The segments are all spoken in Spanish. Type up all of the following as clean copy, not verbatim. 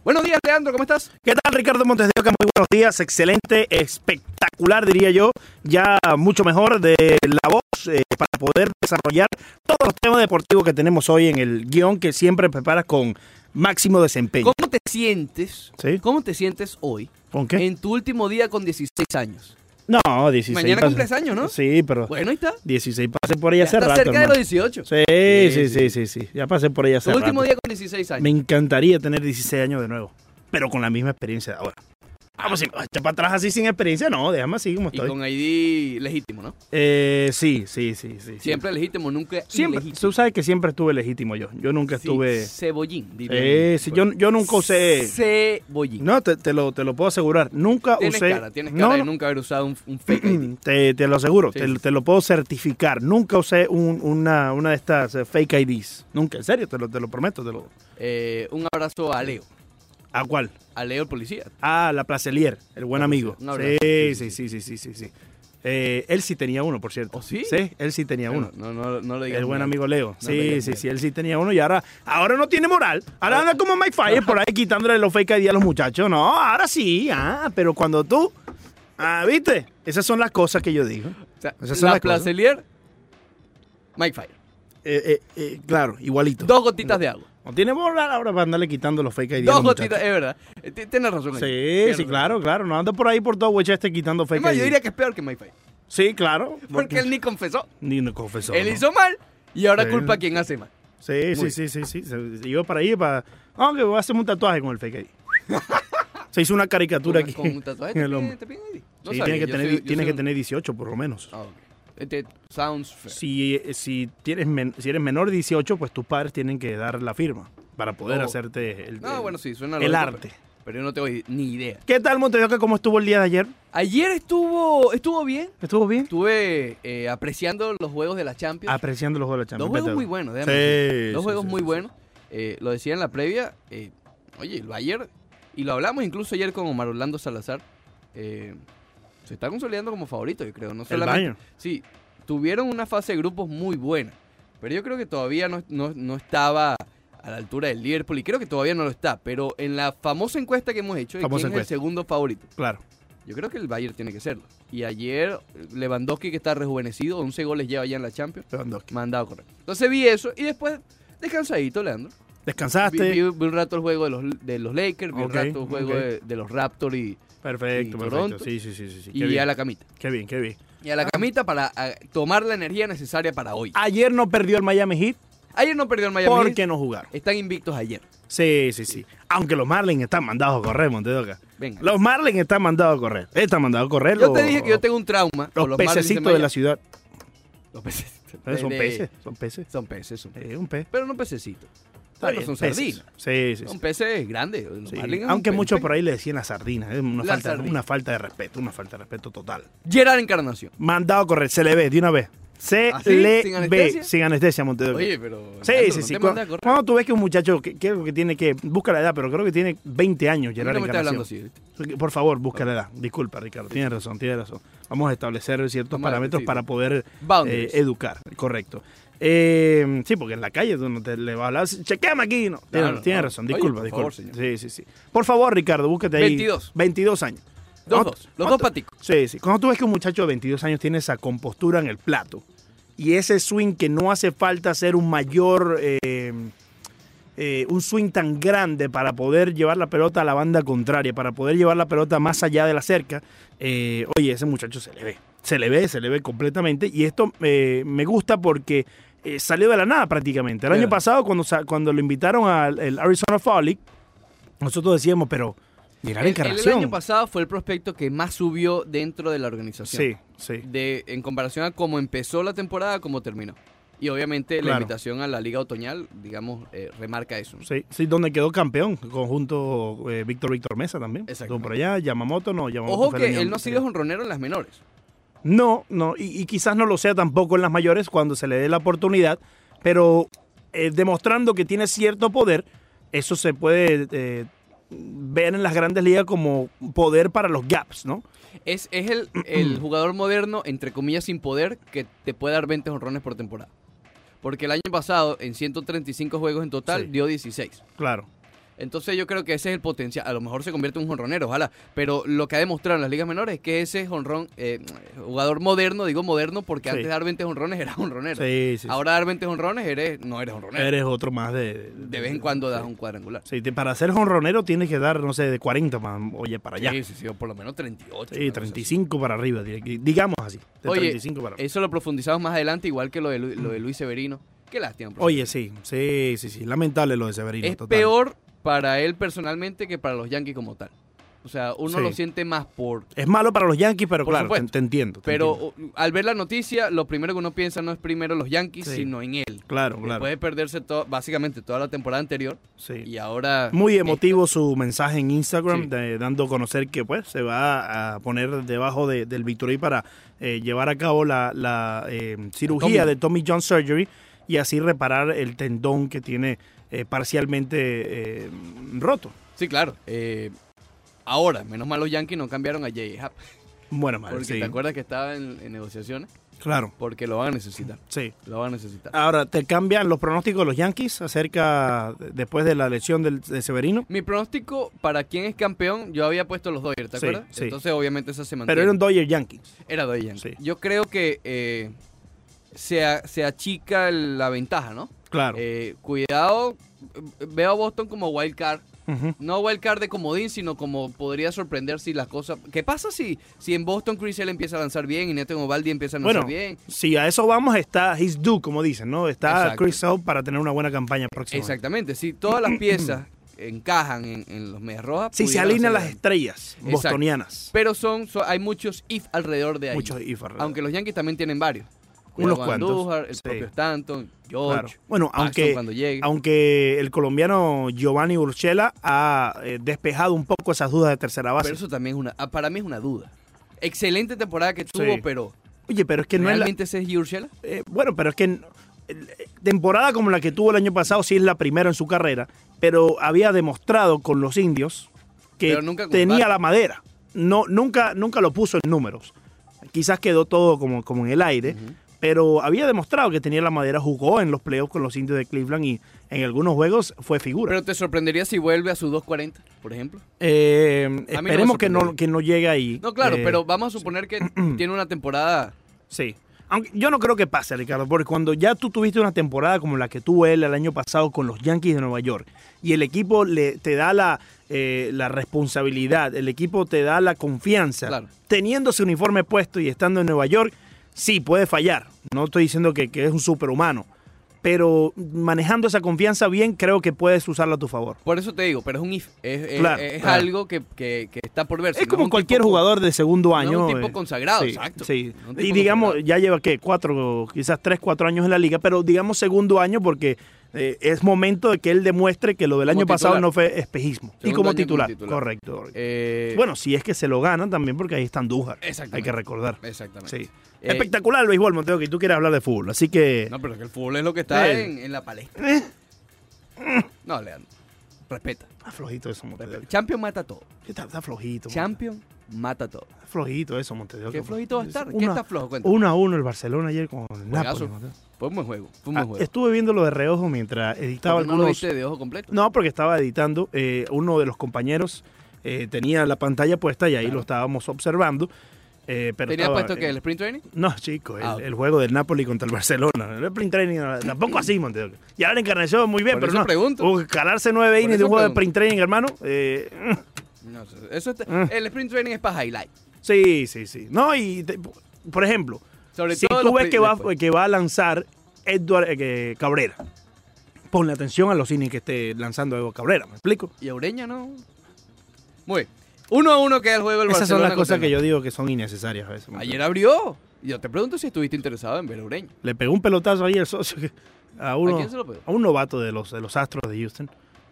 Buenos días, Leandro, ¿cómo estás? ¿Qué tal, Ricardo Montes de Oca? Muy buenos días, excelente, espectacular, diría yo, ya mucho mejor de la voz para poder desarrollar todos los temas deportivos que tenemos hoy en el guión que siempre preparas con máximo desempeño. ¿Cómo te sientes? ¿Sí? ¿Cómo te sientes hoy? ¿Con qué? En tu último día con 16 años. No, 16. Mañana cumples años, ¿no? Sí, pero Bueno, ahí está. 16 pasé por ahí Ya hace estás rato, cerca de hermano. los 18. Sí, ya pasé por ahí hace Tu rato. último día con 16 años. Me encantaría tener 16 años de nuevo, pero con la misma experiencia de ahora. Vamos, si me echar para atrás así sin experiencia, no, déjame así como Y estoy. con ID legítimo, ¿no? Sí. Siempre legítimo, nunca Siempre, ilegítimo. tú sabes que siempre estuve legítimo yo. Yo nunca Sí, estuve. cebollín, diría. Sí, yo nunca usé. Cebollín. No, te lo puedo asegurar. Nunca Tienes usé. cara de no, nunca haber usado un fake ID. te lo aseguro, Sí, te, sí. te lo puedo certificar. Nunca usé una de estas fake IDs. Nunca, en serio, te lo prometo. Un abrazo a Leo. ¿A cuál? A Leo el policía. Ah, la Placelier, el buen La amigo. Placelier, un abrazo. Sí. Él sí tenía uno, por cierto. ¿Oh, sí? Sí, él sí tenía uno. No lo digas. El buen mal. amigo Leo. No lo digas Sí, mal. él sí tenía uno y ahora no tiene moral. Ahora anda como Mike Fire por ahí quitándole los fake ID a los muchachos. No, ahora sí. Pero cuando tú... ¿viste? Esas son las cosas que yo digo. O sea, Esas son la las cosas. Placelier, Mike Fire. Claro, igualito. 2 gotitas de agua. No tiene moral ahora para andarle quitando los fake ID a 2 los gotitas, muchachos. es verdad. Tienes razón. ahí. Sí, claro. No anda por ahí por todo Westchester quitando Es fake más, ID. yo diría que es peor que Mike Fire. Sí, claro. Porque él ni confesó. Ni no confesó. Él ¿no? hizo mal y ahora Sí. culpa a quien hace mal. Sí. Se iba para ahí para... Aunque voy a hacer un tatuaje con el fake ID. Se hizo una caricatura aquí Con un tatuaje en el hombro. te piden ID. No Sí, sabía, tiene que yo tener, soy- yo tiene soy que un- tener 18 por lo menos. Ah, ok. Sounds fair. Si eres menor de 18, pues tus padres tienen que dar la firma para poder Oh. hacerte Bueno, sí, suena el lógico, arte. Pero yo no tengo ni idea. ¿Qué tal, Montevideo? ¿Cómo estuvo el día de ayer? Ayer estuvo bien. ¿Estuvo bien? Estuve apreciando los juegos de la Champions. Apreciando los juegos de la Dos Champions. juegos muy buenos, déjame Sí, decir. Dos sí, juegos sí, muy sí, buenos. Lo decía en la previa. Oye, el Bayern, y lo hablamos incluso ayer con Omar Orlando Salazar, se está consolidando como favorito, yo creo. No solamente, Bayern. Sí, tuvieron una fase de grupos muy buena, pero yo creo que todavía no estaba a la altura del Liverpool, y creo que todavía no lo está. Pero en la famosa encuesta que hemos hecho, de Famosa quién es el encuesta. segundo favorito, Claro. yo creo que el Bayern tiene que serlo. Y ayer, Lewandowski, que está rejuvenecido, 11 goles lleva ya en la Champions, Lewandowski. mandado correcto. Entonces vi eso y después descansadito, Leandro. ¿Descansaste? Vi un rato el juego de los Lakers, vi Ok, un rato el juego ok. de los Raptors y Perfecto, y perfecto. Toronto. Sí. Qué y bien. a la camita. Qué bien. Y a la camita para tomar la energía necesaria para hoy. Ayer no perdió el Miami Heat Ayer no perdió el Miami porque Heat. no jugaron. Están invictos ayer. Sí. Aunque los Marlins están mandados a correr, Montedoca. Venga. Los Marlins están mandados a correr. Están mandados a correr. Yo te dije que yo tengo un trauma con los los Marlins pececitos de Miami. la ciudad. Los pececitos. Son De- peces. Son peces. Son peces. Un pez. Pero no pececitos. Está Bueno, bien, son peces. sardinas. Sí. Son peces grandes. Los Sí. Marlins es un Aunque pez, muchos un pez. por ahí le decían las sardinas. Es La sardina. una falta de respeto. Una falta de respeto total. Gerard Encarnación. Mandado a correr. Se le ve de una vez. Se ¿Ah, sí? le ¿Sin ve anestesia? sin anestesia, Montedoca. Oye, pero... Sí. Leandro, ¿no te Cuando, mandas a correr? cuando tú ves que un muchacho que creo que tiene que... Busca la edad, pero creo que tiene 20 años, Gerard No me estás Encarnación. hablando así, ¿viste? Por favor, busca la edad. Disculpa, Ricardo. Tienes razón. Vamos a establecer ciertos Vamos a- parámetros sí, para poder Boundaries. educar. Correcto. Sí, porque en la calle tú no te le vas a hablar. Chequeame aquí. No. Tienes no. razón. Oye, Disculpa, por disculpa. favor, señor. Sí. Por favor, Ricardo, búscate ahí. 22 años. Los dos paticos. Sí. Cuando tú ves que un muchacho de 22 años tiene esa compostura en el plato y ese swing que no hace falta hacer un mayor, un swing tan grande para poder llevar la pelota a la banda contraria, para poder llevar la pelota más allá de la cerca, oye, ese muchacho se le ve completamente y esto me gusta porque salió de la nada prácticamente. El año pasado cuando lo invitaron al Arizona Fall League, nosotros decíamos, pero... Gerard El Encarnación. año pasado fue el prospecto que más subió dentro de la organización. Sí. En comparación a cómo empezó la temporada, cómo terminó. Y obviamente la Claro. invitación a la Liga Otoñal, digamos, remarca eso. Sí, donde quedó campeón, conjunto Víctor Mesa también. Exacto. Estuvo por allá, Yamamoto Ojo fue que el él no ha sido año- jonronero en las menores. No, y quizás no lo sea tampoco en las mayores cuando se le dé la oportunidad, pero demostrando que tiene cierto poder, eso se puede ver en las grandes ligas como poder para los gaps, ¿no? Es el jugador moderno, entre comillas, sin poder, que te puede dar 20 jonrones por temporada. Porque el año pasado, en 135 juegos en total, Sí. dio 16. Claro. Entonces yo creo que ese es el potencial. A lo mejor se convierte en un jonronero, ojalá. Pero lo que ha demostrado en las ligas menores es que ese jonrón, jugador moderno, digo moderno porque antes de dar 20 jonrones era jonronero. Ahora dar 20 jonrones no eres jonronero. Eres otro más de vez en cuando das un cuadrangular. Sí, para ser jonronero tienes que dar, no sé, de 40 oye, para allá. Sí, o por lo menos 38. Sí, 35 para arriba, digamos así. De oye, 35 para arriba. Eso lo profundizamos más adelante, igual que lo de Luis Severino. Qué lástima. Oye, sí. Lamentable lo de Severino. Es peor para él personalmente que para los Yankees como tal. O sea, uno lo siente más por... Es malo para los Yankees, pero claro, te entiendo. Pero al ver la noticia, lo primero que uno piensa no es primero los Yankees, sino en él. Claro. Puede perderse básicamente toda la temporada anterior. Sí. Y ahora... Muy emotivo su mensaje en Instagram, dando a conocer que pues se va a poner debajo del Victory para llevar a cabo la cirugía de Tommy John Surgery y así reparar el tendón que tiene parcialmente roto. Sí, claro. Ahora, menos mal los Yankees no cambiaron a J.A. Happ. Bueno, mal, porque te acuerdas que estaba en negociaciones. Claro. Porque lo van a necesitar. Sí. Lo van a necesitar. Ahora, ¿te cambian los pronósticos de los Yankees después de la lesión de Severino? Mi pronóstico para quién es campeón, yo había puesto los Dodgers, ¿te acuerdas? Sí. Entonces, obviamente, esa se mantiene. Pero era un Dodgers Yankees. Era Dodgers Yankees. Sí. Yo creo que se achica la ventaja, ¿no? Claro. Cuidado, veo a Boston como wild card. Uh-huh. No wild card de comodín, sino como podría sorprender si las cosas... ¿Qué pasa si en Boston Chris Sale empieza a lanzar bien y Neto Eovaldi empieza a lanzar bien? Si a eso vamos, está his due, como dicen, ¿no? Está Chris Sale para tener una buena campaña próxima. Exactamente. Si todas las piezas encajan en los Medias Rojas... Si se alinean las estrellas bostonianas. Pero hay muchos if alrededor de ahí. Muchos if alrededor. Aunque los Yankees también tienen varios. Unos cuantos. Andújar, el propio Stanton, George, claro. Bueno, aunque el colombiano Giovanni Urshela ha despejado un poco esas dudas de tercera base. Pero eso también para mí es una duda. Excelente temporada que tuvo, pero... Oye, pero es que ¿realmente ese es Urshela? Bueno, pero es que temporada como la que tuvo el año pasado sí es la primera en su carrera, pero había demostrado con los indios que tenía la madera. Nunca lo puso en números. Quizás quedó todo como en el aire. Uh-huh. Pero había demostrado que tenía la madera, jugó en los playoffs con los indios de Cleveland y en algunos juegos fue figura. ¿Pero te sorprendería si vuelve a sus 2.40, por ejemplo? Esperemos que no llegue ahí. No, claro, pero vamos a suponer que tiene una temporada... Sí. Aunque yo no creo que pase, Ricardo, porque cuando ya tú tuviste una temporada como la que tuvo él el año pasado con los Yankees de Nueva York y el equipo te da la responsabilidad, el equipo te da la confianza, teniendo su uniforme puesto y estando en Nueva York, sí, puede fallar. No estoy diciendo que es un superhumano. Pero manejando esa confianza bien, creo que puedes usarla a tu favor. Por eso te digo, pero es un if. Es algo que está por verse. Es como cualquier jugador de segundo año. No es un tipo consagrado, exacto. Sí. Y digamos, ya lleva, quizás 3, 4 años en la liga, pero digamos segundo año porque es momento de que él demuestre que lo del año pasado no fue espejismo. Y como titular. Correcto. Bueno, si es que se lo ganan también porque ahí está Andújar. Hay que recordar. Exactamente. Sí. Espectacular el béisbol, Montego, que tú quieres hablar de fútbol, así que... No, pero es que el fútbol es lo que está en la palestra. No, Leandro, respeta. Está flojito eso, Montego. Champion mata todo. Está flojito. Champion mata todo. Está flojito eso, Montego. ¿Qué flojito va a estar? ¿Qué está flojo? Cuéntame. 1-1 el Barcelona ayer con el Napoli. Fue un buen juego. Estuve viéndolo de reojo mientras editaba algunos... ¿No lo viste de ojo completo? No, porque estaba editando. Uno de los compañeros tenía la pantalla puesta y ahí lo estábamos observando. Pero ¿tenías puesto que el sprint training? No, chico, el juego del Napoli contra el Barcelona. El sprint training tampoco así, Montego. Ya la encarnación muy bien, pero no. Pregunto. Calarse 9 innings de un juego de sprint training, hermano. No, el sprint training es para highlight. Sí. No, por ejemplo, si tú ves que va a lanzar Edward Cabrera, ponle atención a los innings que esté lanzando Edward Cabrera, ¿me explico? Y a Ureña no. Muy bien. 1-1 queda el juego del Barcelona. Esas son las cosas que yo digo que son innecesarias a veces. Ayer abrió. Yo te pregunto si estuviste interesado en ver a Ureña. Le pegó un pelotazo ahí el socio ¿A quién se lo pegó? A un novato de los Astros de Houston.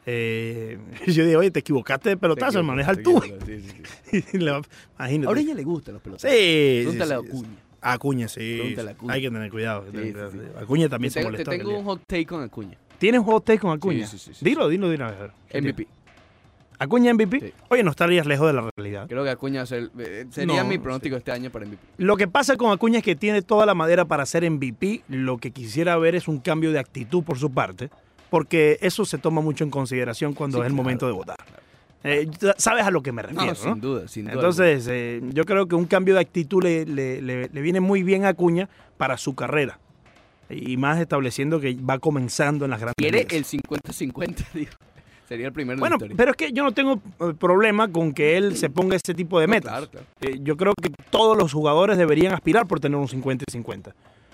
Yo dije, oye, te equivocaste de pelotazo, hermano, es al tuyo. Imagínate. A Ureña le gustan los pelotazos. Sí. Pregúntale a Acuña. A Acuña, sí. Hay que tener cuidado. Acuña también se molestó. Te tengo un hot take con Acuña. ¿Tienes un hot take con Acuña? Sí. Dilo. A ver. MVP. ¿Acuña MVP? Sí. Oye, no estarías lejos de la realidad. Creo que Acuña sería mi pronóstico este año para MVP. Lo que pasa con Acuña es que tiene toda la madera para ser MVP. Lo que quisiera ver es un cambio de actitud por su parte. porque eso se toma mucho en consideración cuando es el momento de votar. ¿Sabes a lo que me refiero? No, sin duda. Entonces, yo creo que un cambio de actitud le viene muy bien a Acuña para su carrera. Y más estableciendo que va comenzando en las grandes ligas. Quiere el 50-50, digo. Sería el primero. Bueno, pero es que yo no tengo problema con que él se ponga ese tipo de metas. Claro. Yo creo que todos los jugadores deberían aspirar por tener un 50-50.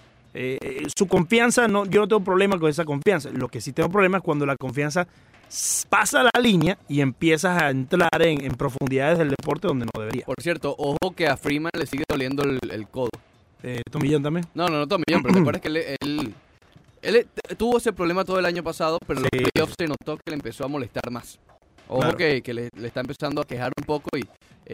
Su confianza, yo no tengo problema con esa confianza. Lo que sí tengo problema es cuando la confianza pasa la línea y empiezas a entrar en profundidades del deporte donde no debería. Por cierto, ojo que a Freeman le sigue doliendo el codo. ¿Tomillón también? No, Tomillón, pero ¿te acuerdas que él tuvo ese problema todo el año pasado, pero en los playoffs se notó que le empezó a molestar más. Ojo, claro, que le está empezando a quejar un poco y,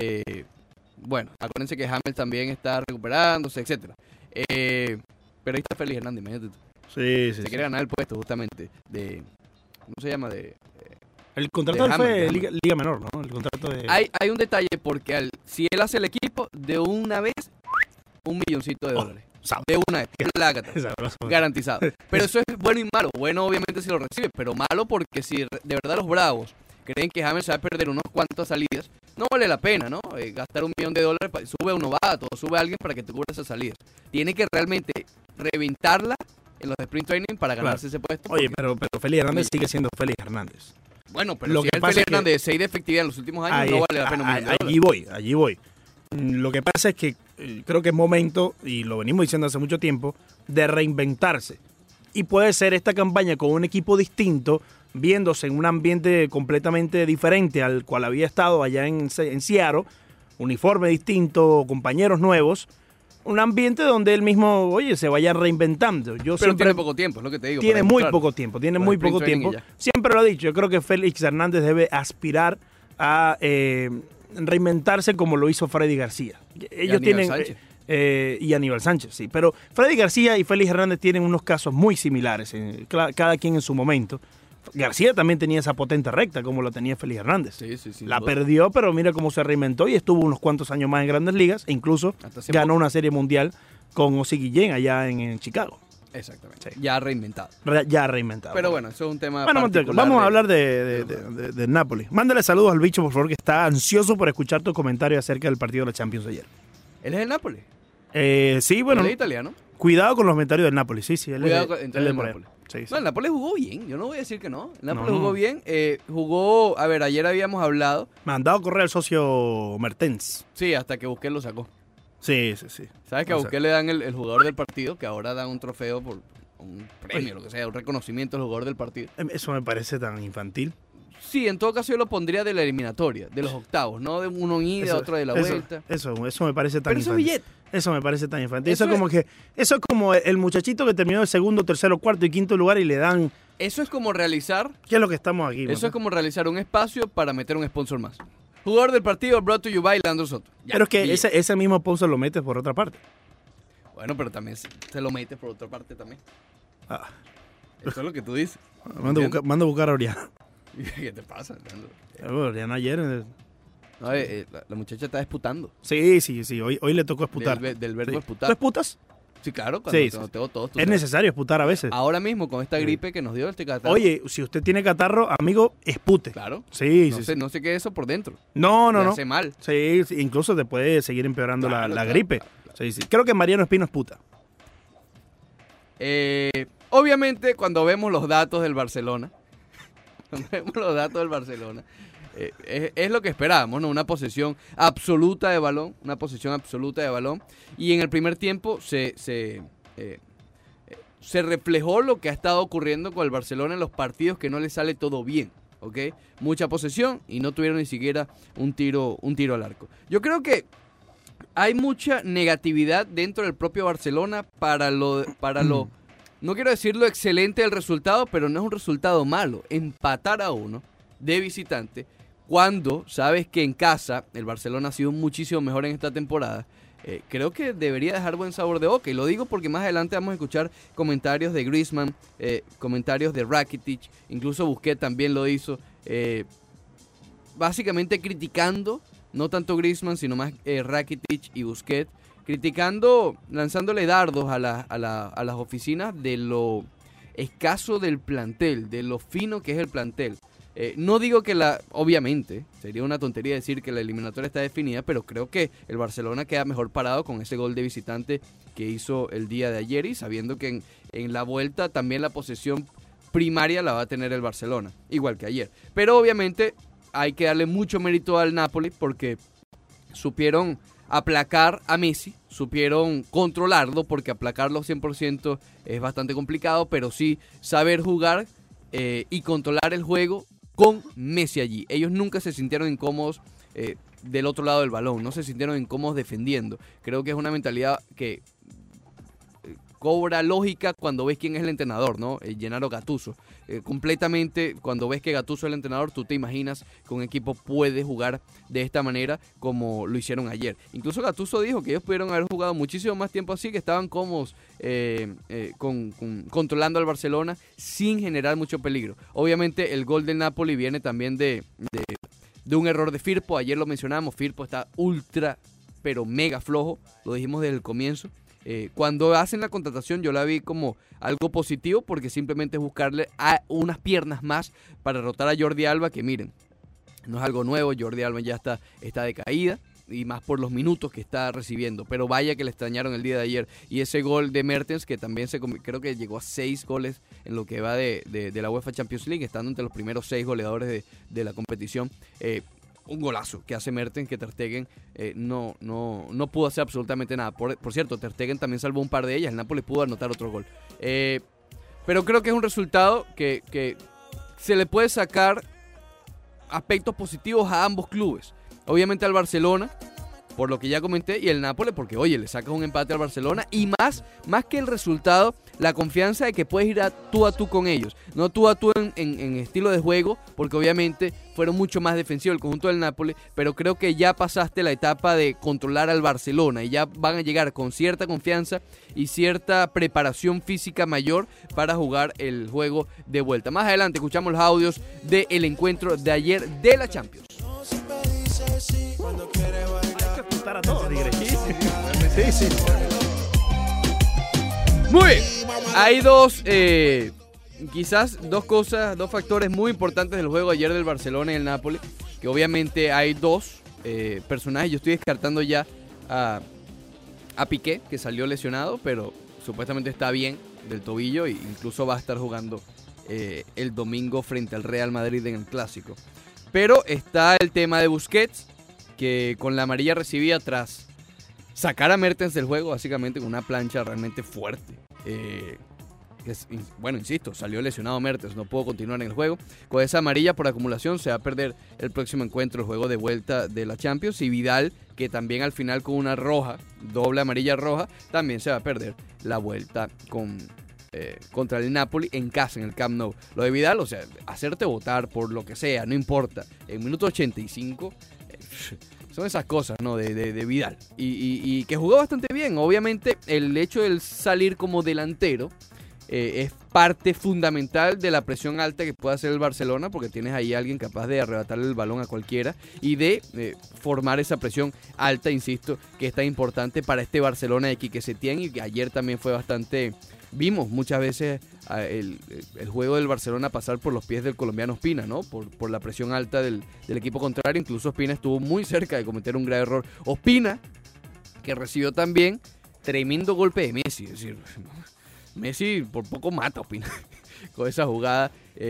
bueno, acuérdense que Hamels también está recuperándose, etcétera. Pero ahí está Félix Hernández, imagínate tú. Sí. Se quiere ganar el puesto justamente ¿cómo se llama? El contrato de fue Liga Menor, ¿no? El contrato de... Hay un detalle porque si él hace el equipo, de una vez, $1 milloncito de dólares. De una vez, garantizado. Pero eso es bueno y malo. Bueno, obviamente, si lo recibe, pero malo porque si de verdad los Bravos creen que James va a perder unos cuantas salidas, no vale la pena, ¿no? Gastar $1 millón, sube a un novato, sube a alguien para que te cubra esas salidas. Tiene que realmente reventarla en los sprint training para ganarse ese puesto. Oye, pero Félix Hernández sigue siendo Félix Hernández. Bueno, pero lo si que es Félix Hernández de 6 de efectividad en los últimos años, no vale la pena. Allí voy. Lo que pasa es que creo que es momento, y lo venimos diciendo hace mucho tiempo, de reinventarse. Y puede ser esta campaña con un equipo distinto, viéndose en un ambiente completamente diferente al cual había estado allá en Seattle, uniforme distinto, compañeros nuevos, un ambiente donde él mismo, se vaya reinventando. Pero tiene poco tiempo, es lo que te digo. Tiene muy poco tiempo. Siempre lo he dicho, yo creo que Félix Hernández debe aspirar a reinventarse como lo hizo Freddy García. Ellos tienen y Aníbal Sánchez, sí. Pero Freddy García y Félix Hernández tienen unos casos muy similares, cada quien en su momento. García también tenía esa potente recta como la tenía Félix Hernández. Sí, la perdió, pero mira cómo se reinventó y estuvo unos cuantos años más en Grandes Ligas e incluso ganó una serie mundial con Ozzie Guillén allá en Chicago. Exactamente. Sí. Ya reinventado. Pero bueno, eso es un tema particular. Vamos a hablar de Napoli. Mándale saludos al bicho, por favor, que está ansioso por escuchar tu comentario acerca del partido de la Champions ayer. ¿Él es el Napoli? Sí, bueno. ¿Él es italiano? Cuidado con los comentarios del Napoli, sí. Él es del Napoli. Sí. No, el Napoli jugó bien, yo no voy a decir que no. El Napoli jugó bien, ayer habíamos hablado. Me han dado a correr al socio Mertens. Sí, hasta que Busquets lo sacó. Sí. ¿Sabes que a Busquets le dan el jugador del partido? Que ahora dan un trofeo por un premio, lo que sea, un reconocimiento al jugador del partido. Eso me parece tan infantil. Sí, en todo caso yo lo pondría de la eliminatoria, de los octavos, no de uno en ida, otro de la vuelta. Eso me parece tan infantil. Pero billete. Eso me parece tan infantil. Eso es como el muchachito que terminó de segundo, tercero, cuarto y quinto lugar y le dan... Eso es como realizar... ¿Qué es lo que estamos aquí? Eso es como realizar un espacio para meter un sponsor más. Jugador del partido brought to you by Leandro Soto. Pero es que ese mismo sponsor lo metes por otra parte. Bueno, pero también se lo metes por otra parte también. Eso es lo que tú dices. Mando a buscar a Oriana. ¿Qué te pasa, Leandro? Oriana ayer... No, la muchacha está disputando. Sí. Hoy le tocó disputar. Del verbo disputar. ¿Tú disputas? Sí, claro. Cuando tengo todos. Es necesario disputar a veces. Ahora mismo, con esta gripe que nos dio este catarro. Oye, si usted tiene catarro, amigo, espute. Claro. Sí. No sé qué es eso por dentro. No. Hace mal. Sí, incluso te puede seguir empeorando la gripe. Claro. Sí. Creo que Mariano Espino esputa. Obviamente, cuando vemos los datos del Barcelona, es lo que esperábamos, ¿no? Una posesión absoluta de balón, y en el primer tiempo se reflejó lo que ha estado ocurriendo con el Barcelona en los partidos que no le sale todo bien, ¿ok? Mucha posesión y no tuvieron ni siquiera un tiro al arco. Yo creo que hay mucha negatividad dentro del propio Barcelona para lo no quiero decir lo excelente del resultado, pero no es un resultado malo. Empatar a uno de visitante cuando sabes que en casa el Barcelona ha sido muchísimo mejor en esta temporada, creo que debería dejar buen sabor de boca. Y lo digo porque más adelante vamos a escuchar comentarios de Griezmann, comentarios de Rakitic, incluso Busquets también lo hizo, básicamente criticando, no tanto Griezmann, sino más Rakitic y Busquets, criticando, lanzándole dardos a las oficinas de lo escaso del plantel, de lo fino que es el plantel. No digo que obviamente, sería una tontería decir que la eliminatoria está definida, pero creo que el Barcelona queda mejor parado con ese gol de visitante que hizo el día de ayer y sabiendo que en la vuelta también la posesión primaria la va a tener el Barcelona, igual que ayer. Pero obviamente hay que darle mucho mérito al Napoli porque supieron aplacar a Messi, supieron controlarlo, porque aplacarlo 100% es bastante complicado, pero sí saber jugar y controlar el juego con Messi allí. Ellos nunca se sintieron incómodos del otro lado del balón, no se sintieron incómodos defendiendo. Creo que es una mentalidad que cobra lógica cuando ves quién es el entrenador, ¿no? Gennaro Gattuso. Completamente, cuando ves que Gattuso es el entrenador, tú te imaginas que un equipo puede jugar de esta manera como lo hicieron ayer. Incluso Gattuso dijo que ellos pudieron haber jugado muchísimo más tiempo así, que estaban cómodos controlando al Barcelona sin generar mucho peligro. Obviamente el gol del Napoli viene también de un error de Firpo. Ayer lo mencionamos, Firpo está ultra, pero mega flojo, lo dijimos desde el comienzo. Cuando hacen la contratación yo la vi como algo positivo porque simplemente es buscarle a unas piernas más para derrotar a Jordi Alba, que miren, no es algo nuevo, Jordi Alba ya está de caída y más por los minutos que está recibiendo, pero vaya que le extrañaron el día de ayer. Y ese gol de Mertens, que también creo que llegó a 6 goles en lo que va de la UEFA Champions League, estando entre los primeros 6 goleadores de la competición. Un golazo que hace Mertens, que Ter Stegen no pudo hacer absolutamente nada. Por cierto, Ter Stegen también salvó un par de ellas. El Napoli pudo anotar otro gol. Pero creo que es un resultado que se le puede sacar aspectos positivos a ambos clubes. Obviamente al Barcelona, por lo que ya comenté, y el Napoli porque, oye, le sacas un empate al Barcelona y más que el resultado, la confianza de que puedes ir tú a tú con ellos. No tú a tú en estilo de juego, porque obviamente fueron mucho más defensivos el conjunto del Napoli, pero creo que ya pasaste la etapa de controlar al Barcelona y ya van a llegar con cierta confianza y cierta preparación física mayor para jugar el juego de vuelta. Más adelante escuchamos los audios del encuentro de ayer de la Champions. A todos, sí. Muy bien. Hay dos factores muy importantes del juego ayer del Barcelona y el Napoli, que obviamente hay dos personajes. Yo estoy descartando ya a Piqué, que salió lesionado, pero supuestamente está bien del tobillo e incluso va a estar jugando el domingo frente al Real Madrid en el Clásico. Pero está el tema de Busquets, que con la amarilla recibida tras sacar a Mertens del juego, básicamente con una plancha realmente fuerte. Bueno, insisto, salió lesionado Mertens, no pudo continuar en el juego. Con esa amarilla por acumulación se va a perder el próximo encuentro, el juego de vuelta de la Champions. Y Vidal, que también al final con una roja, doble amarilla roja, también se va a perder la vuelta contra el Napoli en casa, en el Camp Nou. Lo de Vidal, o sea, hacerte votar por lo que sea, no importa. En minuto 85... son esas cosas, ¿no? De Vidal. Y que jugó bastante bien. Obviamente, el hecho de salir como delantero es parte fundamental de la presión alta que puede hacer el Barcelona, porque tienes ahí a alguien capaz de arrebatarle el balón a cualquiera y de formar esa presión alta, insisto, que es tan importante para este Barcelona de Quique Setién, y que ayer también fue bastante... Vimos muchas veces el juego del Barcelona pasar por los pies del colombiano Ospina, ¿no? Por la presión alta del equipo contrario. Incluso Ospina estuvo muy cerca de cometer un grave error. Ospina, que recibió también tremendo golpe de Messi. Es decir, Messi por poco mata a Ospina con esa jugada.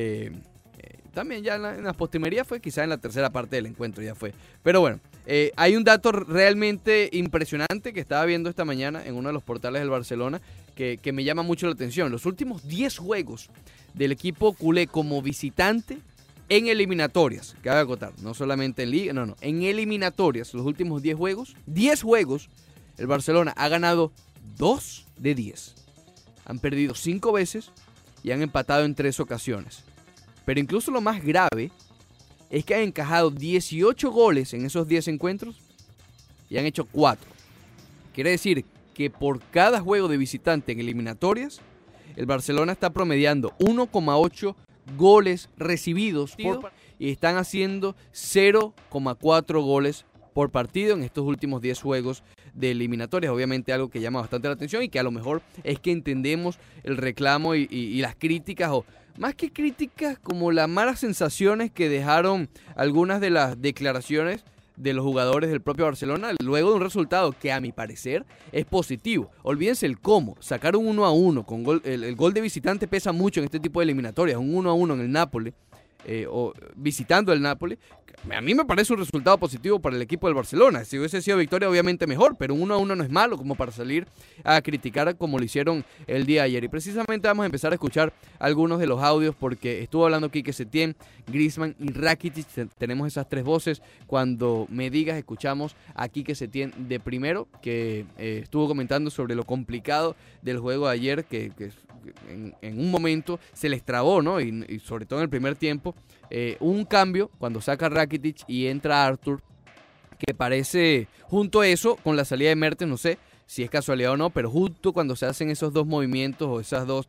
También ya en la postrimería fue, quizás en la tercera parte del encuentro ya fue. Pero bueno, hay un dato realmente impresionante que estaba viendo esta mañana en uno de los portales del Barcelona que me llama mucho la atención. Los últimos 10 juegos del equipo culé como visitante en eliminatorias, cabe acotar, no solamente en liga, no, en eliminatorias, los últimos 10 juegos, el Barcelona ha ganado 2 de 10. Han perdido 5 veces y han empatado en 3 ocasiones. Pero incluso lo más grave es que han encajado 18 goles en esos 10 encuentros y han hecho 4. Quiere decir que por cada juego de visitante en eliminatorias, el Barcelona está promediando 1,8 goles recibidos y están haciendo 0,4 goles por partido en estos últimos 10 juegos de eliminatorias. Obviamente algo que llama bastante la atención y que a lo mejor es que entendemos el reclamo y las críticas, o más que críticas, como las malas sensaciones que dejaron algunas de las declaraciones de los jugadores del propio Barcelona luego de un resultado que a mi parecer es positivo. Olvídense el cómo, sacar un 1-1 con gol, el gol de visitante pesa mucho en este tipo de eliminatorias, un 1-1 en el Napoli, o visitando el Napoli, a mí me parece un resultado positivo para el equipo del Barcelona. Si hubiese sido victoria, obviamente mejor, pero un 1-1 no es malo como para salir a criticar como lo hicieron el día de ayer. Y precisamente vamos a empezar a escuchar algunos de los audios, porque estuvo hablando Quique Setién, Griezmann y Rakitic. Tenemos esas tres voces. Cuando me digas, escuchamos a Quique Setién de primero, que estuvo comentando sobre lo complicado del juego de ayer, que en un momento se les trabó, ¿no? Y sobre todo en el primer tiempo, un cambio cuando saca Rakitic y entra Arthur, que parece, junto a eso, con la salida de Mertens, no sé si es casualidad o no, pero justo cuando se hacen esos dos movimientos o esas dos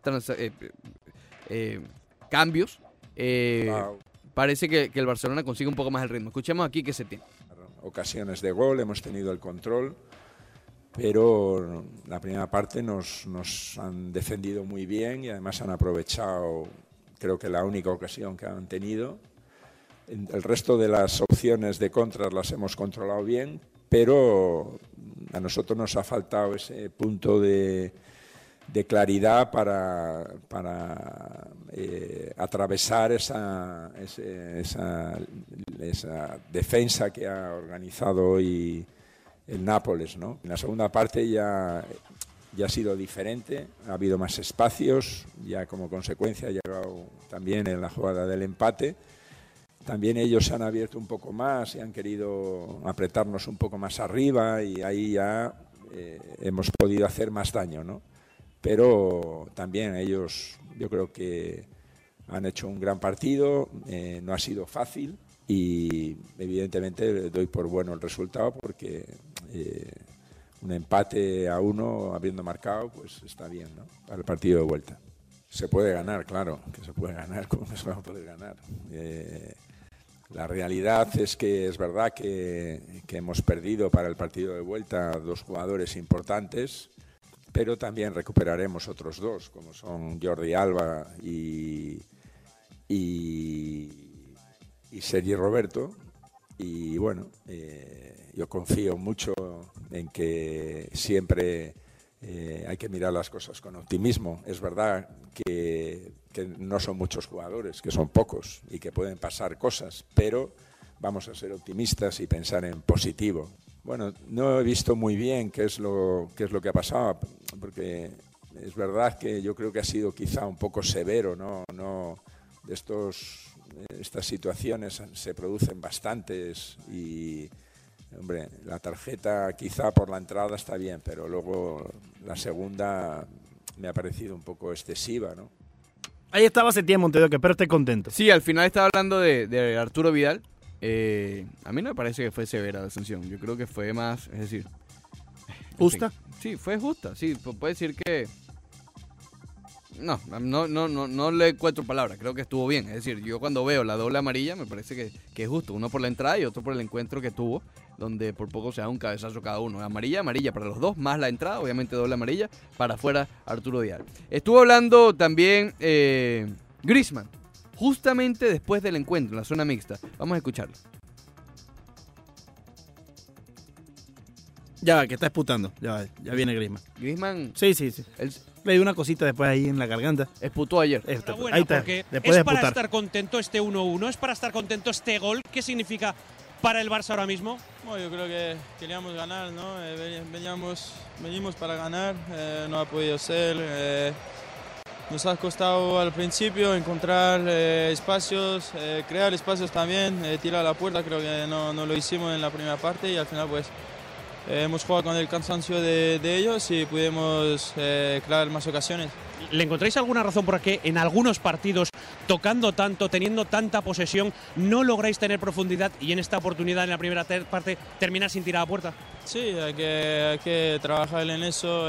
cambios, parece que el Barcelona consigue un poco más el ritmo. Escuchemos aquí que se tiene. Ocasiones de gol, hemos tenido el control, pero la primera parte nos han defendido muy bien y además han aprovechado, creo que la única ocasión que han tenido. El resto de las opciones de contras las hemos controlado bien, pero a nosotros nos ha faltado ese punto de claridad para atravesar esa defensa que ha organizado hoy el Nápoles, ¿no? En la segunda parte ya ha sido diferente, ha habido más espacios, ya como consecuencia ha llegado también en la jugada del empate. También ellos se han abierto un poco más y han querido apretarnos un poco más arriba y ahí ya hemos podido hacer más daño, ¿no? Pero también ellos, yo creo que han hecho un gran partido, no ha sido fácil y evidentemente doy por bueno el resultado porque un empate a 1 habiendo marcado, pues está bien, ¿no? Para el partido de vuelta. Se puede ganar, claro, que se puede ganar, ¿cómo no se va a poder ganar? La realidad es que es verdad que hemos perdido para el partido de vuelta 2 jugadores importantes, pero también recuperaremos otros 2, como son Jordi Alba y Sergi Roberto. Y bueno, yo confío mucho en que siempre hay que mirar las cosas con optimismo. Es verdad que no son muchos jugadores, que son pocos y que pueden pasar cosas, pero vamos a ser optimistas y pensar en positivo. Bueno, no he visto muy bien qué es lo que ha pasado, porque es verdad que yo creo que ha sido quizá un poco severo, ¿no? Estas situaciones se producen bastantes y, hombre, la tarjeta quizá por la entrada está bien, pero luego la segunda me ha parecido un poco excesiva, ¿no? Ahí estaba Setién, Montevideo, que espero esté contento. Sí, al final estaba hablando de Arturo Vidal. A mí no me parece que fue severa la sanción. Yo creo que fue más, es decir... ¿Justa? Sí, fue justa. Sí, puede decir que... No le encuentro palabras. Creo que estuvo bien. Es decir, yo cuando veo la doble amarilla me parece que es justo. Uno por la entrada y otro por el encuentro que tuvo, donde por poco se da un cabezazo cada uno. Amarilla para los dos, más la entrada, obviamente doble amarilla, para afuera Arturo Vidal. Estuvo hablando también Griezmann, justamente después del encuentro en la zona mixta. Vamos a escucharlo. Ya, que está esputando. Ya viene Griezmann. Griezmann. Sí. Le dio una cosita después ahí en la garganta. Esputó ayer. Ahí está. Después es para estar contento este 1-1, es para estar contento este gol. ¿Qué significa para el Barça ahora mismo? Bueno, yo creo que queríamos ganar, ¿no? Venimos para ganar, no ha podido ser. Nos ha costado al principio encontrar espacios, crear espacios también, tirar a la puerta. Creo que no lo hicimos en la primera parte y al final pues hemos jugado con el cansancio de ellos y pudimos crear más ocasiones. ¿Le encontráis alguna razón por qué en algunos partidos, tocando tanto, teniendo tanta posesión, no lográis tener profundidad y en esta oportunidad, en la primera parte, terminar sin tirar a puerta? Sí, hay que trabajar en eso.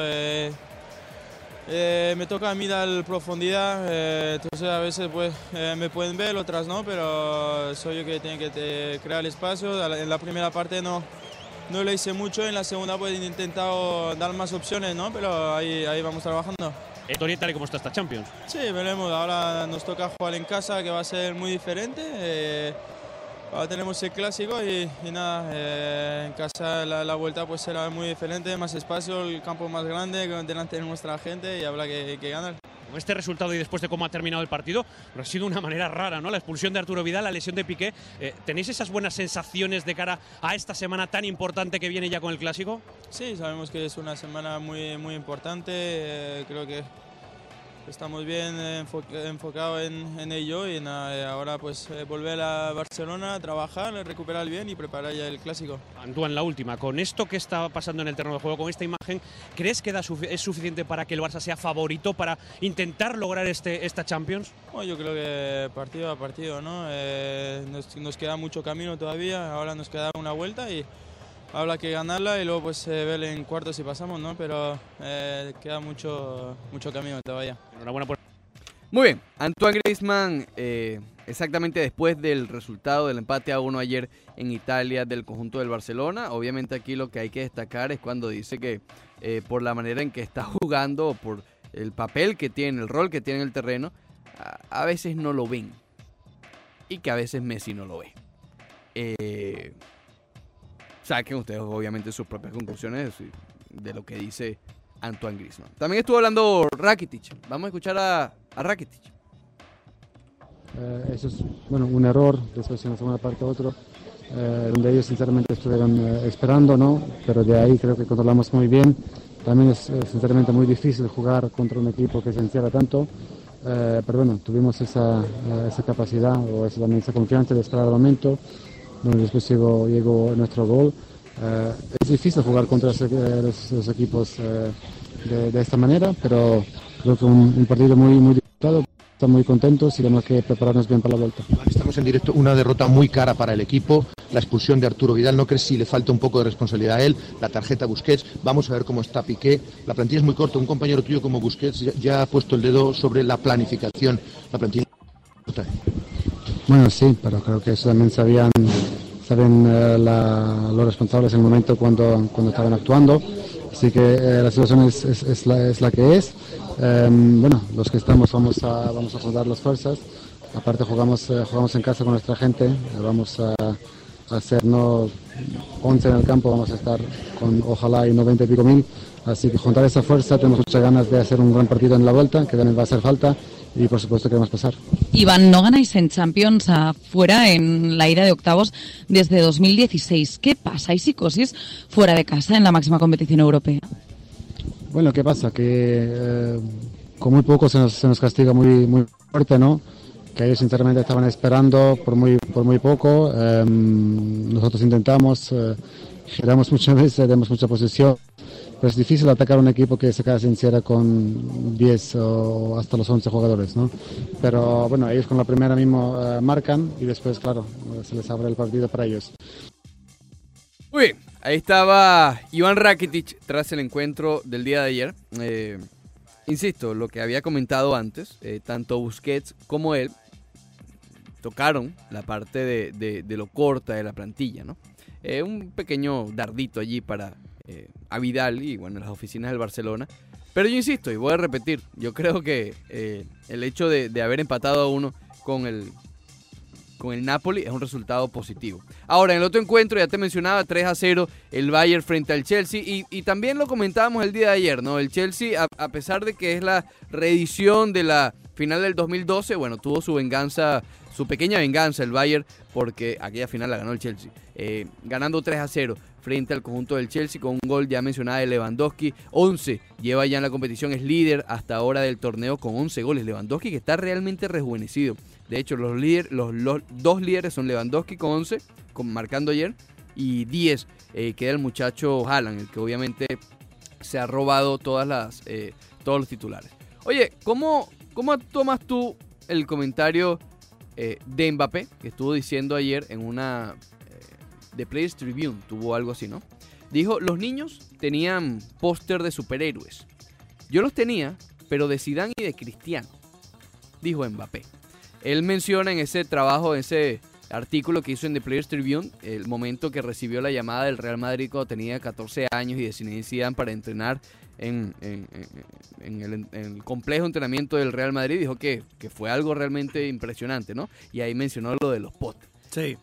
Me toca a mí dar profundidad, entonces a veces pues, me pueden ver, otras no, pero soy yo que tengo que crear espacio. En la primera parte no no le hice mucho. En la segunda pues he intentado dar más opciones, ¿no? Pero ahí vamos trabajando. Tony, tal y como está esta Champions. Sí, veremos. Ahora nos toca jugar en casa, que va a ser muy diferente. Ahora tenemos el clásico y nada, en casa la vuelta pues será muy diferente, más espacio, el campo más grande, delante de nuestra gente y habrá que ganar. Con este resultado y después de cómo ha terminado el partido, ha sido una manera rara, ¿no? La expulsión de Arturo Vidal, la lesión de Piqué. ¿Tenéis esas buenas sensaciones de cara a esta semana tan importante que viene ya con el clásico? Sí, sabemos que es una semana muy importante, creo que estamos bien enfocados en ello y ahora pues volver a Barcelona, trabajar, recuperar bien y preparar ya el clásico. Antoine, la última, con esto que está pasando en el terreno de juego, con esta imagen, ¿crees que es suficiente para que el Barça sea favorito para intentar lograr esta Champions? Bueno, yo creo que partido a partido, ¿no? Nos queda mucho camino todavía, ahora nos queda una vuelta y habrá que ganarla y luego pues ver en cuartos si pasamos, ¿no? Pero queda mucho camino todavía. Enhorabuena por... Muy bien, Antoine Griezmann, exactamente después del resultado del empate a 1 ayer en Italia del conjunto del Barcelona. Obviamente aquí lo que hay que destacar es cuando dice que por la manera en que está jugando, por el papel que tiene, el rol que tiene en el terreno, a veces no lo ven. Y que a veces Messi no lo ve. Saquen ustedes obviamente sus propias conclusiones de lo que dice Antoine Griezmann. También estuvo hablando Rakitic. Vamos a escuchar a Rakitic. Eso es un error, después en la segunda parte otro, donde ellos sinceramente estuvieron esperando, ¿no? Pero de ahí creo que controlamos muy bien. También es sinceramente muy difícil jugar contra un equipo que se encierra tanto, pero bueno, tuvimos esa capacidad o esa confianza de esperar el momento. Bueno, después llegó nuestro gol. Es difícil jugar contra los equipos de esta manera, pero creo que un partido muy disputado. Estamos muy contentos y tenemos que prepararnos bien para la vuelta. Estamos en directo, una derrota muy cara para el equipo, la expulsión de Arturo Vidal. ¿No crees si le falta un poco de responsabilidad a él? La tarjeta Busquets, vamos a ver cómo está Piqué. La plantilla es muy corta, un compañero tuyo como Busquets ya ha puesto el dedo sobre la planificación. La plantilla es corta. Bueno, sí, pero creo que eso también saben los responsables en el momento cuando estaban actuando. Así que la situación es la que es. Bueno, los que estamos vamos a juntar las fuerzas. Aparte jugamos en casa con nuestra gente. Vamos a hacer 11 en el campo, vamos a estar con ojalá y 90 y pico mil. Así que juntar esa fuerza, tenemos muchas ganas de hacer un gran partido en la vuelta, que también va a hacer falta. Y por supuesto queremos pasar. Iván, no ganáis en Champions fuera en la ida de octavos desde 2016. ¿Qué pasa? ¿Hay psicosis fuera de casa en la máxima competición europea? Bueno, ¿qué pasa? Que con muy poco se nos castiga muy fuerte, ¿no? Que ellos sinceramente estaban esperando por muy poco. Nosotros intentamos, giramos muchas veces, tenemos mucha posesión. Pero es difícil atacar a un equipo que se encierra con 10 o hasta los 11 jugadores, ¿no? Pero bueno, ellos con la primera mismo marcan y después, claro, se les abre el partido para ellos. Muy bien, ahí estaba Iván Rakitic tras el encuentro del día de ayer. Insisto, lo que había comentado antes, tanto Busquets como él tocaron la parte de lo corta de la plantilla, ¿no? Un pequeño dardito allí para a Vidal y bueno, las oficinas del Barcelona. Pero yo insisto y voy a repetir, yo creo que el hecho de haber empatado a 1 con el Napoli es un resultado positivo. Ahora, en el otro encuentro, ya te mencionaba, 3-0 el Bayern frente al Chelsea y también lo comentábamos el día de ayer, ¿no? El Chelsea, a pesar de que es la reedición de la final del 2012, bueno, tuvo su venganza, su pequeña venganza el Bayern, porque aquella final la ganó el Chelsea, ganando 3-0 frente al conjunto del Chelsea con un gol ya mencionado de Lewandowski. 11 lleva ya en la competición, es líder hasta ahora del torneo con 11 goles. Lewandowski que está realmente rejuvenecido. De hecho, los dos líderes son Lewandowski con 11, marcando ayer, y 10 queda el muchacho Haaland, el que obviamente se ha robado todos los titulares. Oye, ¿cómo tomas tú el comentario de Mbappé, que estuvo diciendo ayer en una The Players Tribune, tuvo algo así, ¿no? Dijo, los niños tenían póster de superhéroes. Yo los tenía, pero de Zidane y de Cristiano, dijo Mbappé. Él menciona en ese trabajo, en ese artículo que hizo en The Players Tribune, el momento que recibió la llamada del Real Madrid cuando tenía 14 años y de Zinedine Zidane para entrenar en el complejo de entrenamiento del Real Madrid, dijo que fue algo realmente impresionante, ¿no? Y ahí mencionó lo de los potes. Sí.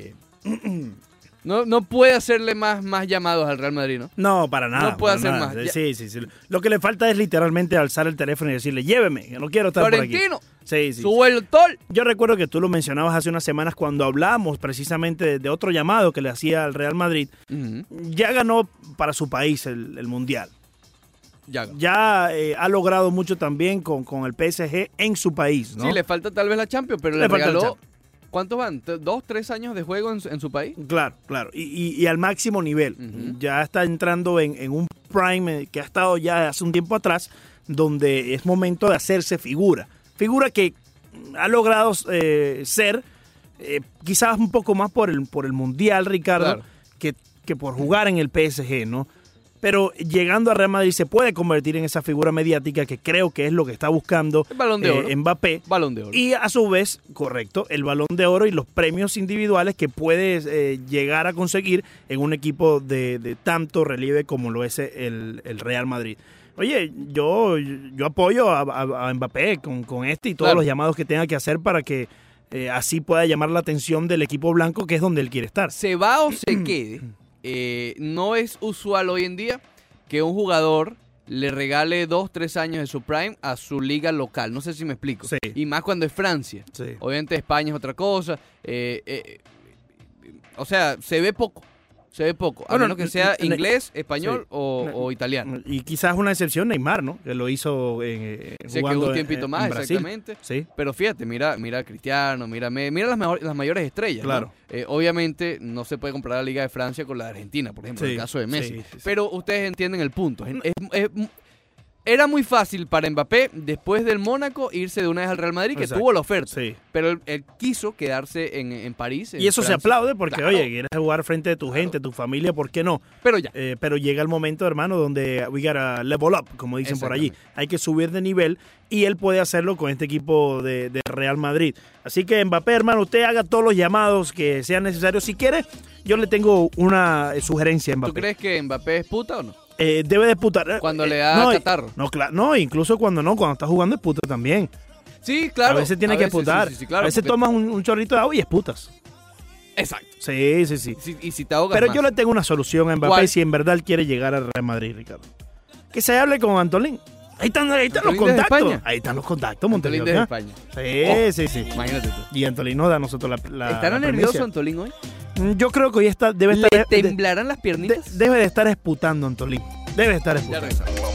No puede hacerle más llamados al Real Madrid, ¿no? No, para nada. No puede hacer más. Sí. Lo que le falta es literalmente alzar el teléfono y decirle, lléveme, que no quiero estar Florentino, por aquí. Sí. Sube el tol. Yo recuerdo que tú lo mencionabas hace unas semanas cuando hablábamos precisamente de otro llamado que le hacía al Real Madrid. Uh-huh. Ya ganó para su país el Mundial. Ya ha logrado mucho también con el PSG en su país, ¿no? Sí, le falta tal vez la Champions, pero le regaló... ¿Cuántos van? ¿2, 3 años de juego en su país? Claro. Y al máximo nivel. Uh-huh. Ya está entrando en un prime que ha estado ya hace un tiempo atrás, donde es momento de hacerse figura. Figura que ha logrado ser quizás un poco más por el Mundial, Ricardo, claro, que por jugar en el PSG, ¿no? Pero llegando a Real Madrid se puede convertir en esa figura mediática que creo que es lo que está buscando el Balón de Oro. Mbappé. Balón de Oro. Y a su vez, correcto, el Balón de Oro y los premios individuales que puede llegar a conseguir en un equipo de tanto relieve como lo es el Real Madrid. Oye, yo apoyo a Mbappé con este y todos los llamados que tenga que hacer para que así pueda llamar la atención del equipo blanco, que es donde él quiere estar. ¿Se va o se quede? No es usual hoy en día que un jugador le regale 2-3 años de su prime a su liga local. No sé si me explico. Sí. Y más cuando es Francia. Sí. Obviamente España es otra cosa. O sea, se ve poco. A menos que sea inglés, español o italiano. Y quizás una excepción Neymar, ¿no? Que lo hizo se quedó un tiempito más, Brasil. Exactamente. Sí. Pero fíjate, mira a Cristiano, mira las mayores estrellas. Claro. ¿No? Obviamente no se puede comparar la Liga de Francia con la de Argentina, por ejemplo, en el caso de Messi. Sí. Pero ustedes entienden el punto. Era muy fácil para Mbappé, después del Mónaco, irse de una vez al Real Madrid, que tuvo la oferta. Sí. Pero él quiso quedarse en París. Y eso Francia. Se aplaude porque, claro, oye, quieres jugar frente de tu gente, tu familia, ¿por qué no? Pero ya. Pero llega el momento, hermano, donde we gotta level up, como dicen por allí. Hay que subir de nivel y él puede hacerlo con este equipo de Real Madrid. Así que, Mbappé, hermano, usted haga todos los llamados que sean necesarios. Si quiere, yo le tengo una sugerencia a Mbappé. ¿Tú crees que Mbappé es puta o no? Debe de putar. Cuando le da catarro. No, incluso cuando está jugando es puta también. Sí, claro. A veces tiene que putar. Sí, claro, a veces tomas un chorrito de agua y es putas. Exacto. Sí. Y si te ahogas Pero más. Yo le tengo una solución a Mbappé si en verdad él quiere llegar al Real Madrid, Ricardo. Que se hable con Antolín. Ahí están los contactos. Ahí están los contactos, Montevideo. Antolín de España. Sí. Imagínate tú. Y Antolín nos da a nosotros la ¿Estará nervioso Antolín hoy? Yo creo que hoy debe estar... ¿Le temblarán las piernitas? Debe de estar esputando, Antolín. Debe estar esputando.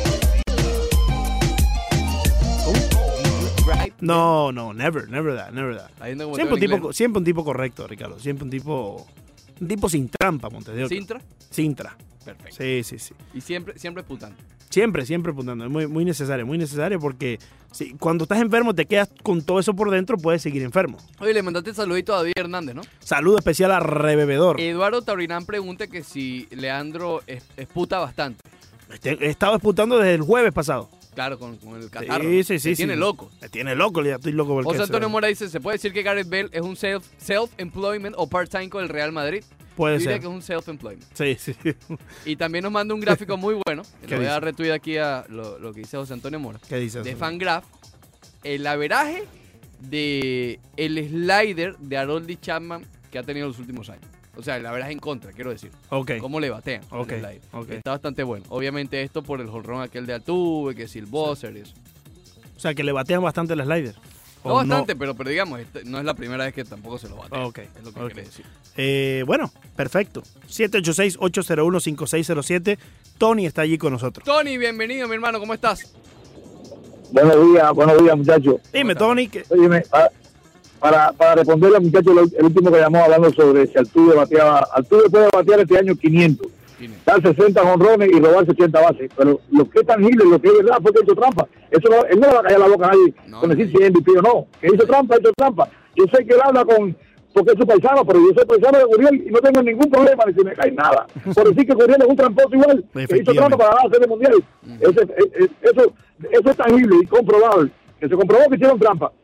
No, never that. Siempre un tipo correcto, Ricardo. Siempre un tipo sin trampa, Montevideo. ¿Sintra? Perfecto. Sí. Y siempre putando. Siempre putando. Es muy necesario porque cuando estás enfermo te quedas con todo eso por dentro, puedes seguir enfermo. Oye, le mandaste saludito a David Hernández, ¿no? Saludo especial a Rebebedor. Eduardo Taurinán pregunta que si Leandro esputa bastante. He estado esputando desde el jueves pasado. Claro, con el catarro. Sí. Me tiene loco. Me tiene loco, ya estoy loco. José Antonio Mora dice, ¿se puede decir que Gareth Bale es un self-employment o part-time con el Real Madrid? Puede ser. Yo diría que es un self-employment. Sí. Y también nos manda un gráfico muy bueno. Le voy a dar retweet aquí a lo que dice José Antonio Mora. ¿Qué dice? De Fangraph. El averaje de el slider de Aroldis Chapman que ha tenido los últimos años. O sea, el averaje en contra, quiero decir. Okay. Cómo le batean. Okay. Está bastante bueno. Obviamente esto por el jonrón aquel de Altuve, que si el buzzer, eso. O sea, que le batean bastante el slider. No bastante, pero digamos, no es la primera vez que tampoco se lo batean. Es lo que quiere decir. Bueno, perfecto. 786-801-5607. Tony está allí con nosotros. Tony, bienvenido, mi hermano. ¿Cómo estás? Buenos días, muchachos. Dime, Tony. Óyeme, para responderle al muchacho, el último que llamó hablando sobre si Altuve bateaba. Altuve puede batear este año 500. Dar 60 jonrones y robarse 80 bases. Pero lo que es tangible, lo que es verdad, fue que hizo trampa. Eso no, él no le va a callar la boca a nadie con decir si es MVP o no. Que hizo trampa. Yo sé que él habla porque es su paisano, pero yo soy paisano de Gurriel y no tengo ningún problema ni si me cae nada. Por decir que Gurriel es un tramposo igual, que hizo trampa para hacer el mundial. Eso es tangible y comprobable. Que se comprobó que hicieron trampa.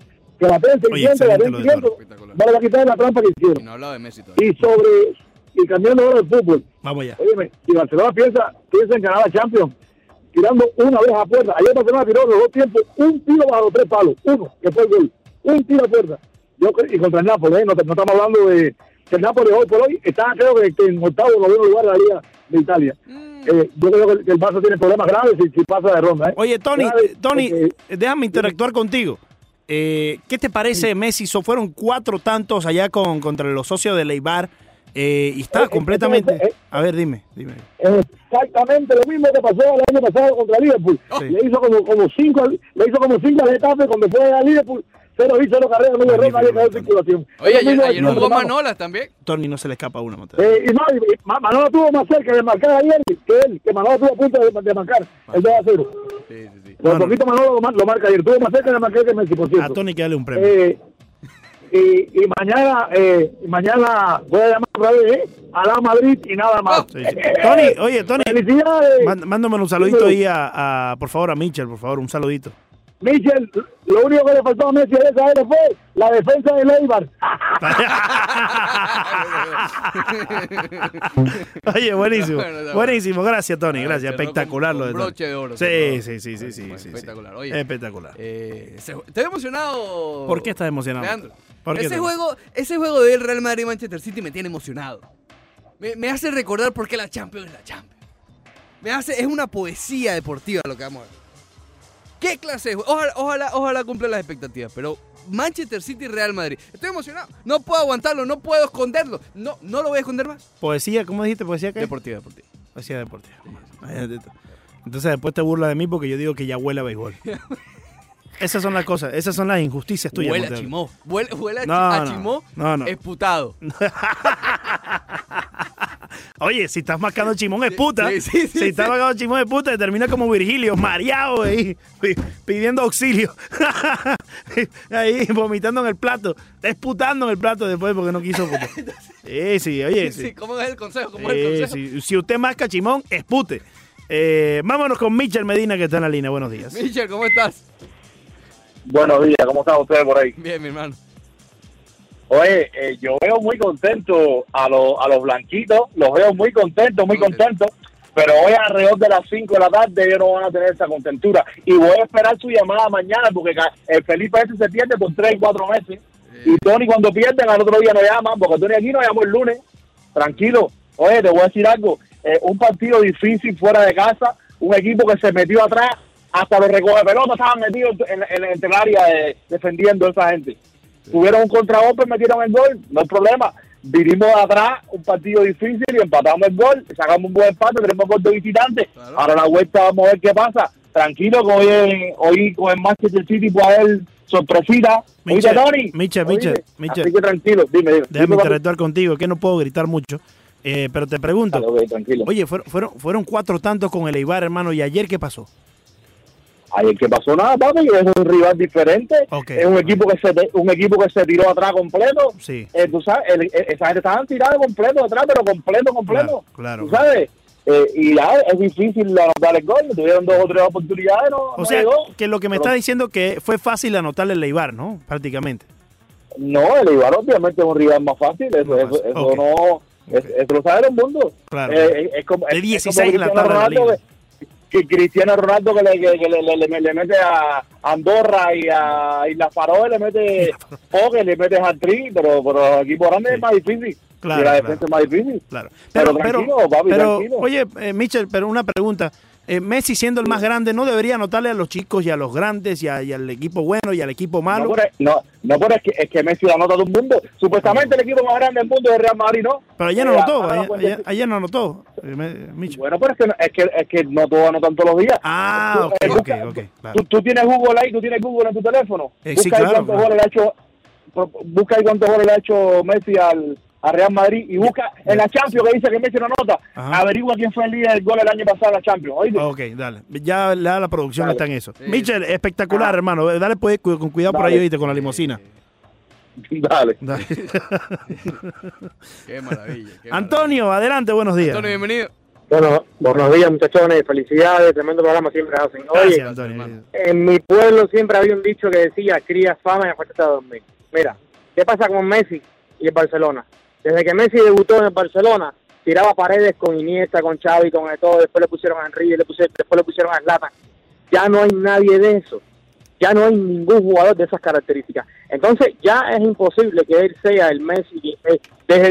que baten 600, baten 500, no le va a quitar la trampa que hicieron. Y no hablaba de Messi todavía. Y cambiando ahora el fútbol. Vamos ya. Óyeme, si Barcelona piensa en ganar la Champions, tirando una vez a puerta. Ayer Barcelona tiró los dos tiempos, un tiro bajo 3 palos, uno, que fue el gol. Un tiro a puerta. Y contra el Nápoles, no estamos hablando de que el Nápoles hoy por hoy está, creo que en octavo o noveno lugar de la Liga de Italia. Yo creo que el Barça tiene problemas graves si pasa de ronda. Oye, Tony, déjame interactuar contigo. ¿Qué te parece Messi? Fueron 4 tantos allá contra los socios de Eibar y está completamente... A ver, dime. Exactamente lo mismo que pasó el año pasado contra Liverpool. Sí. Le hizo como 5 al Getafe cuando fue a Liverpool. 0 y 0 carreras, no error, nadie quedó en circulación. Oye, ayer jugó Manolas también. Tony no se le escapa una. Manolas tuvo más cerca de marcar ayer que él, que Manolas tuvo a punto de marcar el 2-0. Sí. Por poquito Manolas lo marca ayer, tuvo más cerca de marcar que Messi, por cierto. A Tony que darle un premio. Y mañana voy a llamar otra vez a la Madrid y nada más. Sí. Tony, mándame un saludito ahí por favor, a Michel, por favor, un saludito. Michel, lo único que le faltó a Messi a esa era fue la defensa de Eibar. Oye, buenísimo, gracias Tony, gracias, espectacular lo de Tony. Broche de oro. Sí. Espectacular. Oye, espectacular. Estoy emocionado. ¿Por qué estás emocionado? Leandro. Ese juego del Real Madrid y Manchester City me tiene emocionado. Me hace recordar por qué la Champions es la Champions. Es una poesía deportiva lo que vamos a ver. ¿Qué clase de juego? Ojalá cumpla las expectativas, pero Manchester City y Real Madrid. Estoy emocionado. No puedo aguantarlo, no puedo esconderlo. No lo voy a esconder más. Poesía, ¿cómo dijiste? ¿Poesía qué? Deportiva. Poesía deportiva. Entonces después te burla de mí porque yo digo que ya huele a béisbol. Esas son las cosas, esas son las injusticias tuyas. Huele a chimó. Huele a chimó esputado. Oye, si estás marcando chimón es puta. Sí. Estás marcando chimón es puta, termina como Virgilio, mareado ahí, pidiendo auxilio. Ahí, vomitando en el plato, esputando en el plato después porque no quiso puta. Sí. ¿Cómo es el consejo? Sí. Si usted marca chimón, espute. Vámonos con Michel Medina que está en la línea. Buenos días. Michel, ¿cómo estás? Buenos días, ¿cómo están ustedes por ahí? Bien, mi hermano. Oye, yo veo muy contento a los blanquitos, los veo muy contentos, pero hoy alrededor de las 5 de la tarde ellos no van a tener esa contentura. Y voy a esperar su llamada mañana porque el Felipe se pierde por 3 y 4 meses. Y Tony cuando pierden al otro día no llama, porque Tony aquí no llamó el lunes. Tranquilo. Oye, te voy a decir algo. Un partido difícil fuera de casa, un equipo que se metió atrás, hasta los recoge pelotas estaban metidos en el área defendiendo a esa gente. Tuvieron un contragolpe, metieron el gol, no hay problema. Vinimos de atrás, un partido difícil y empatamos el gol, sacamos un buen empate, tenemos gol de visitante. Claro. Ahora la vuelta vamos a ver qué pasa. Tranquilo que hoy con el Manchester City puede haber sorpresita. Michel, así que tranquilo, dime. Déjame interactuar contigo, que no puedo gritar mucho. Pero te pregunto, oye, fueron 4 tantos con el Eibar, hermano, ¿y ayer qué pasó? Ayer que pasó nada, papi, es un rival diferente, es un equipo que se tiró atrás completo. Sí. Tú sabes, esa gente estaba tirada completo atrás, pero completo. Claro. Tú sabes, y ya es difícil anotar el gol, tuvieron 2 o 3 oportunidades, o sea, que lo que me está diciendo que fue fácil anotarle el Eibar, ¿no? Prácticamente. No, el Eibar obviamente es un rival más fácil, eso lo sabe el mundo. Claro. Es como, de 16 en la tabla que Cristiano Ronaldo que le mete a Andorra y a Isla Faroe le mete Pogue, le mete hat-trick, pero aquí por grande es más difícil. Claro, y la defensa es más difícil. Claro. Pero tranquilo, papi, tranquilo. Oye, Michel, pero una pregunta. Messi siendo el más grande, ¿no debería anotarle a los chicos y a los grandes y al equipo bueno y al equipo malo? No, pero es que Messi la anota a todo el mundo. Supuestamente el equipo más grande del mundo es el Real Madrid, ¿no? Pero ayer no anotó, ayer no anotó, Michel. Bueno, pero es que no todos anotan todos los días. Ok, claro. ¿Tú tienes Google ahí? ¿Tú tienes Google en tu teléfono? Sí, claro. Busca ahí cuántos goles le ha hecho Messi al Real Madrid y busca en la Champions que dice que Messi no anota. Ajá. Averigua quién fue el líder del gol el año pasado en la Champions. ¿Oíste? Ok, dale. Ya la producción está en eso. Sí. Michel, espectacular, hermano. Dale pues, con cuidado por ahí, ¿oíste? Con la limusina. Dale. Qué maravilla. Antonio, adelante, buenos días. Antonio, bienvenido. Bueno, buenos días, muchachones, felicidades, tremendo programa siempre hacen. Oye, gracias, Antonio. En mi pueblo siempre había un dicho que decía, cría fama y acuéstate a dormir. Mira, ¿qué pasa con Messi y el Barcelona? Desde que Messi debutó en el Barcelona, tiraba paredes con Iniesta, con Xavi, con todo, después le pusieron a Henry, después le pusieron a Zlatan. Ya no hay nadie de eso. Ya no hay ningún jugador de esas características. Entonces ya es imposible que él sea el Messi desde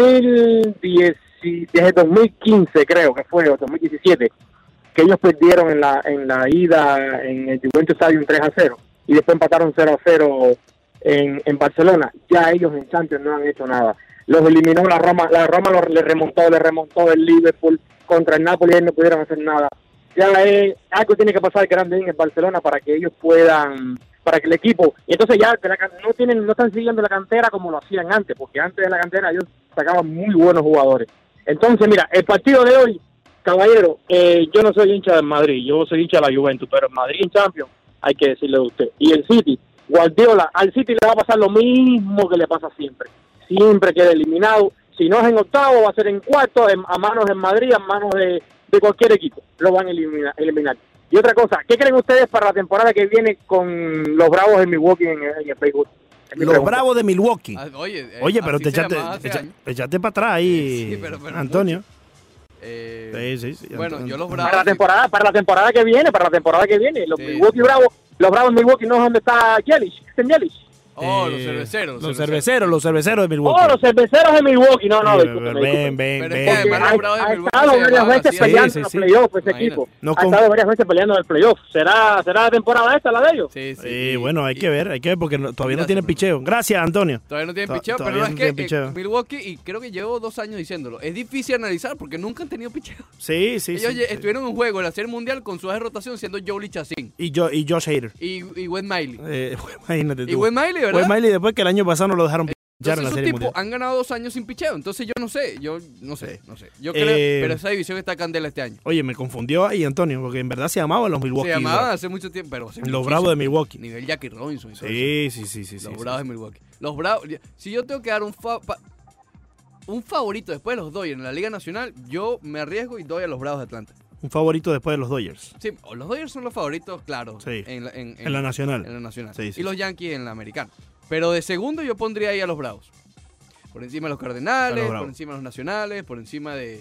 2015 creo que fue, o 2017, que ellos perdieron en la ida en el Juventus Stadium 3-0 y después empataron 0-0 en Barcelona. Ya ellos en Champions no han hecho nada. Los eliminó la Roma le remontó el Liverpool contra el Napoli y no pudieron hacer nada. Ya algo tiene que pasar grande en el Barcelona para que ellos puedan, para que el equipo, y entonces ya no están siguiendo la cantera como lo hacían antes, porque antes de la cantera ellos sacaban muy buenos jugadores. Entonces mira, el partido de hoy, caballero, yo no soy hincha del Madrid, yo soy hincha de la Juventus, pero el Madrid en Champions hay que decirle a usted, y el City, Guardiola, al City le va a pasar lo mismo que le pasa siempre queda eliminado, si no es en octavo va a ser en cuarto, a manos de Madrid, a manos de cualquier equipo, lo van a eliminar. Y otra cosa, ¿qué creen ustedes para la temporada que viene con los Bravos de Milwaukee en el Facebook? Los Bravos de Milwaukee. Oye, pero te echaste para atrás ahí, sí, pero Antonio. Antonio. Sí, bueno, yo los Bravos... Para la temporada que viene, los Milwaukee Bravos, los Bravos de Milwaukee no es donde está Yelich, ¿está Yelich? Los cerveceros. Los cerveceros de Milwaukee. Los cerveceros de Milwaukee. No, ven. Ha estado varias veces peleando en los playoffs ese equipo. Ha estado varias veces peleando en el playoff. ¿Será la temporada esta la de ellos? Sí, bueno, hay que ver porque todavía no tienen picheo. Gracias, Antonio. Todavía no tienen picheo, pero no es que Milwaukee, y creo que llevo 2 años diciéndolo, es difícil analizar porque nunca han tenido picheo. Sí. Ellos estuvieron en un juego en la Serie Mundial con su rotación siendo Jolie Chacín. Y Josh Hader. Y Wes Miley. Imagínate tú. Y Wes Miley, ¿verdad? Wes Miley después que el año pasado no lo dejaron pichar en la Serie Mundial. Han ganado 2 años sin picheo, entonces yo no sé. Yo creo, pero esa división está candela este año. Oye, me confundió ahí, Antonio, porque en verdad se llamaban los Milwaukee. Se llamaban hace mucho tiempo, pero los Bravos de Milwaukee. Nivel Jackie Robinson. Y Sí. Los Bravos de Milwaukee. Los Bravos, si yo tengo que dar un favorito después de los Dodgers en la Liga Nacional, yo me arriesgo y doy a los Bravos de Atlanta. Un favorito después de los Dodgers. Sí, los Dodgers son los favoritos, claro. Sí. En la Nacional. En la Nacional. Sí, y los Yankees en la Americana. Pero de segundo yo pondría ahí a los Bravos. Por encima de los Cardenales, por encima de los Nacionales, por encima de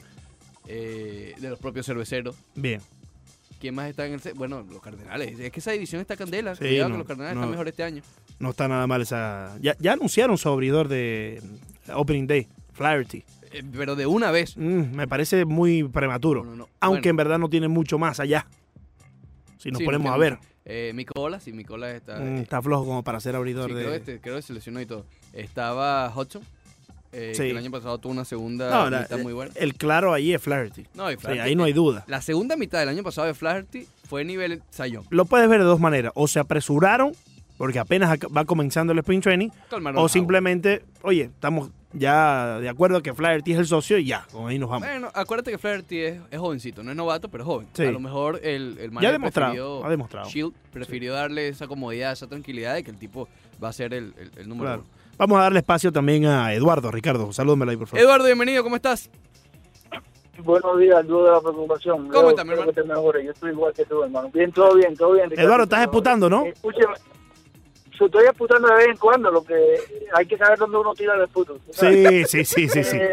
los propios cerveceros. Bien. ¿Quién más está en el... Bueno, los Cardenales. Es que esa división está candela. Sí, Cuidado que los Cardenales están mejor este año. No está nada mal esa... Ya anunciaron su abridor de Opening Day, Flaherty. Pero de una vez. Me parece muy prematuro. No. Aunque en verdad no tiene mucho más allá. Si nos ponemos a ver. Micolas está... está flojo como para ser abridor creo que se lesionó y todo. Estaba Hudson. Que el año pasado tuvo una segunda mitad muy buena. El claro ahí es Flaherty. Ahí no hay duda. La segunda mitad del año pasado de Flaherty fue nivel Sayón. Lo puedes ver de 2 maneras. O se apresuraron porque apenas va comenzando el Spring Training. O simplemente, oye, estamos ya de acuerdo que Flaherty es el socio y ya, con ahí nos vamos. Bueno, acuérdate que Flaherty es jovencito, no es novato, pero joven. Sí. A lo mejor el ya ha demostrado. Shield prefirió darle esa comodidad, esa tranquilidad de que el tipo va a ser el número 1. Vamos a darle espacio también a Eduardo. Ricardo, salúdamelo ahí, por favor. Eduardo, bienvenido, ¿cómo estás? Buenos días, dudo de la preocupación. ¿Cómo estás, mi hermano? Que te mejores. Yo estoy igual que tú, hermano. Bien, todo bien. Ricardo. Eduardo, estás disputando, ¿no? Escúcheme. Yo estoy disputando de vez en cuando, lo que hay que saber dónde uno tira el fútbol. Sí.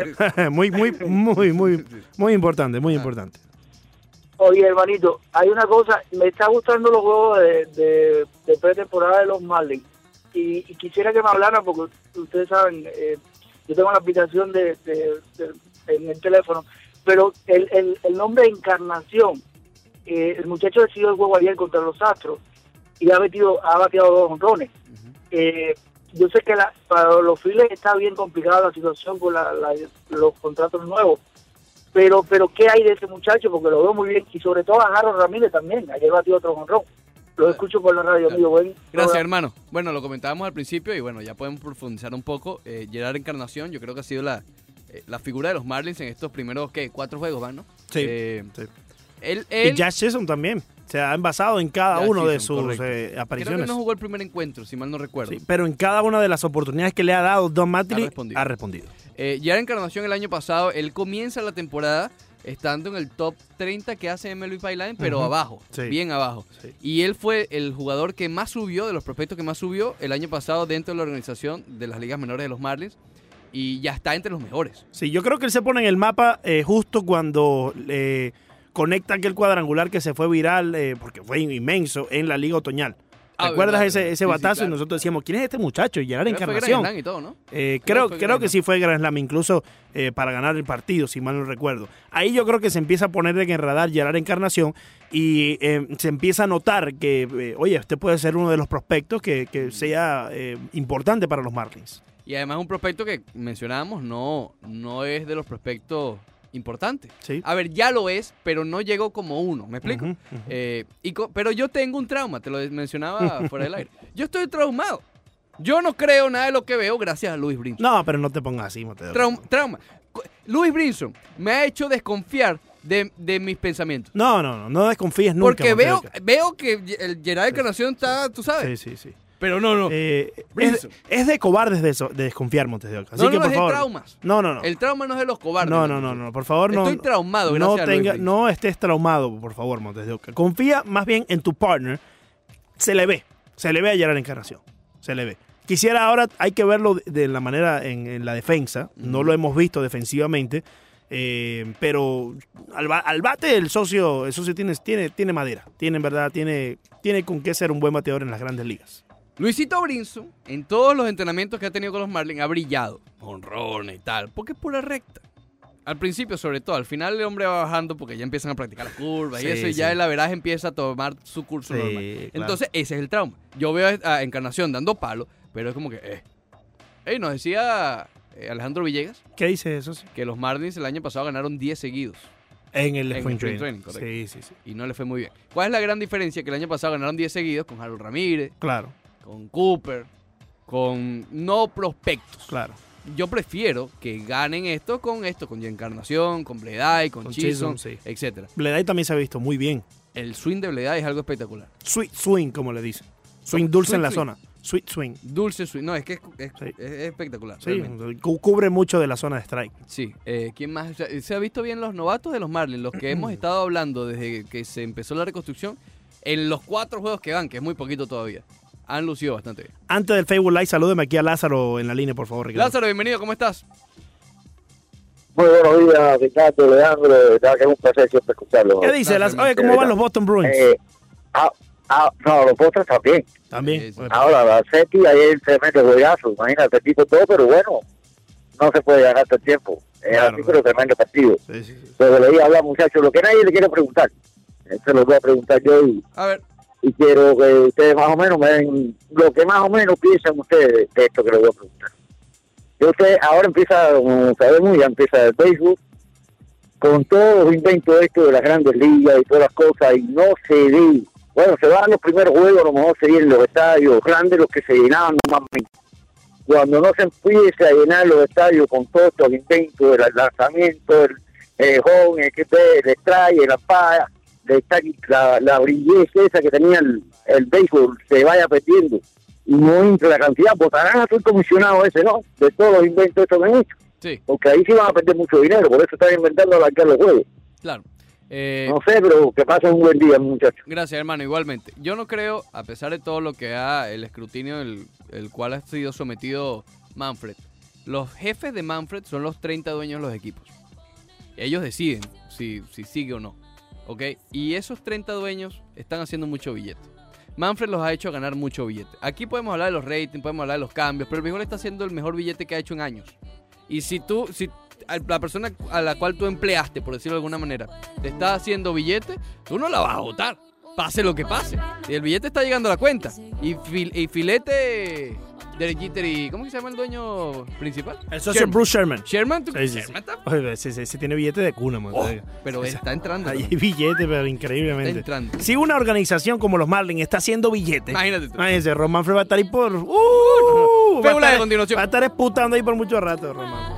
Muy importante, muy importante. Oye, hermanito, hay una cosa, me está gustando los juegos de pretemporada de los Marlins y quisiera que me hablaran porque ustedes saben, yo tengo la aplicación en el teléfono, pero el nombre de Encarnación, el muchacho decidió el juego ayer contra los Astros y ha bateado 2 honrones. Yo sé que para los Phillies está bien complicada la situación con los contratos nuevos, pero ¿qué hay de ese muchacho? Porque lo veo muy bien, y sobre todo a Harold Ramírez también, ayer batió otro honrón. Lo escucho por la radio, amigo. Gracias, hermano. Bueno, lo comentábamos al principio y bueno, ya podemos profundizar un poco. Gerard Encarnación, yo creo que ha sido la figura de los Marlins en estos primeros, 4 juegos van, ¿no? Sí. Y Josh Sisson también. Se ha envasado en cada uno de sus apariciones. Creo que no jugó el primer encuentro, si mal no recuerdo. Sí, pero en cada una de las oportunidades que le ha dado Don Mattingly, ha respondido. Ya en Encarnación el año pasado, él comienza la temporada estando en el top 30 que hace MLB Pipeline, pero abajo, bien abajo. Sí. Y él fue el jugador que más subió, de los prospectos que más subió el año pasado dentro de la organización de las ligas menores de los Marlins. Y ya está entre los mejores. Sí, yo creo que él se pone en el mapa justo cuando conecta aquel cuadrangular que se fue viral, porque fue inmenso, en la Liga Otoñal. ¿Recuerdas ese batazo? Sí, claro. Y nosotros decíamos, ¿quién es este muchacho? Y Gerard Encarnación. Fue Grand Slam y todo, ¿no? Creo que sí fue Grand Slam, incluso para ganar el partido, si mal no recuerdo. Ahí yo creo que se empieza a poner en el radar Gerard Encarnación y se empieza a notar que, oye, este puede ser uno de los prospectos que sea importante para los Marlins. Y además un prospecto que mencionábamos no es de los prospectos importantes. Sí. A ver, ya lo es, pero no llegó como uno, ¿me explico? Pero yo tengo un trauma, te lo mencionaba fuera del aire. Yo estoy traumado. Yo no creo nada de lo que veo gracias a Luis Brinson. No, pero no te pongas así, Mateo. Trauma. Luis Brinson me ha hecho desconfiar de mis pensamientos. No desconfíes nunca. Porque veo que el Gerard Encarnación está, tú sabes. Sí. Pero no. Es de cobardes de desconfiar, Montes de Oca. Así que, por favor. Es de traumas. No. El trauma no es de los cobardes. No, por favor, no. Estoy traumado, gracias no estés traumado, por favor, Montes de Oca. Confía más bien en tu partner. Se le ve a Gerard Encarnación. Se le ve. Quisiera ahora, hay que verlo de la manera en la defensa. No lo hemos visto defensivamente. Pero al bate el socio tiene madera. Tiene con qué ser un buen bateador en las grandes ligas. Luisito Brinson, en todos los entrenamientos que ha tenido con los Marlins, ha brillado. Honrones y tal, porque es pura recta. Al principio, sobre todo. Al final el hombre va bajando porque ya empiezan a practicar las curvas y eso. Y ya el averaje empieza a tomar su curso normal. Claro. Entonces, ese es el trauma. Yo veo a Encarnación dando palo, pero es como que... nos decía Alejandro Villegas. ¿Qué dice eso? Que los Marlins el año pasado ganaron 10 seguidos. En el Spring Training. Correcto. Sí. Y no le fue muy bien. ¿Cuál es la gran diferencia? Que el año pasado ganaron 10 seguidos con Harold Ramírez. Claro. Con Cooper, con no prospectos. Claro. Yo prefiero que ganen con Encarnación, con Bleday, con Chisholm, etc. Bleday también se ha visto muy bien. El swing de Bleday es algo espectacular. Sweet swing, como le dicen. Swing dulce en la zona. Sweet swing. Dulce swing. No, es que es espectacular. Sí, cubre mucho de la zona de strike. Sí. ¿Quién más? Se ha visto bien los novatos de los Marlins, los que hemos estado hablando desde que se empezó la reconstrucción, en los 4 juegos que van, que es muy poquito todavía. Han lucido bastante bien. Antes del Facebook Live, salúdeme aquí a Lázaro en la línea, por favor, Ricardo. Lázaro, bienvenido, ¿cómo estás? Muy buenos días, Ricardo, Leandro, de verdad que es un placer siempre escucharlo. ¿Qué dice? Oye, ¿cómo van los Boston Bruins? No, los Boston también. También. Ahora, la Seti, ayer se mete juegazo, imagínate, el tipo todo, pero bueno, no se puede ganar todo el tiempo. Es así, pero tremendo partido. Sí. Pero le iba a hablar, muchachos, lo que nadie le quiere preguntar, se lo voy a preguntar yo a ver. Y quiero que ustedes más o menos me den lo que más o menos piensan ustedes de esto que les voy a preguntar. Usted ahora empieza, como sabemos, ya empieza el béisbol, con todos los inventos estos de las grandes ligas y todas las cosas, y no se ve. Bueno, se van los primeros juegos, a lo mejor se vienen los estadios grandes, los que se llenaban normalmente. Cuando no se empiece a llenar los estadios con todos estos inventos del lanzamiento, el home, el strike, la paga, la brilleza esa que tenía el béisbol se vaya perdiendo y no entre la cantidad, votarán a todo el comisionado ese, ¿no? De todos los inventos estos que han hecho. Sí. Porque ahí sí van a perder mucho dinero, por eso están inventando alargar los juegos. Claro. No sé, pero que pasen un buen día, muchachos. Gracias, hermano, igualmente. Yo no creo, a pesar de todo lo que el escrutinio el cual ha sido sometido Manfred, los jefes de Manfred son los 30 dueños de los equipos. Ellos deciden si sigue o no. ¿Ok? Y esos 30 dueños están haciendo mucho billete. Manfred los ha hecho ganar mucho billete. Aquí podemos hablar de los ratings, podemos hablar de los cambios, pero el béisbol está haciendo el mejor billete que ha hecho en años. Y si la persona a la cual tú empleaste, por decirlo de alguna manera, te está haciendo billete, tú no la vas a votar. Pase lo que pase. Y el billete está llegando a la cuenta. Y filete... Derek Jeter y... ¿Cómo que se llama el dueño principal? El socio Bruce Sherman. ¿Sherman? Sí, tiene billete de cuna, man. Pero está entrando. Hay billete, pero increíblemente. Está entrando. Si una organización como los Marlins está haciendo billete... Imagínate tú. Imagínate, Ron Manfred va a estar ahí por... Fébula de continuación. Va a estar esputando ahí por mucho rato, Ron Manfred.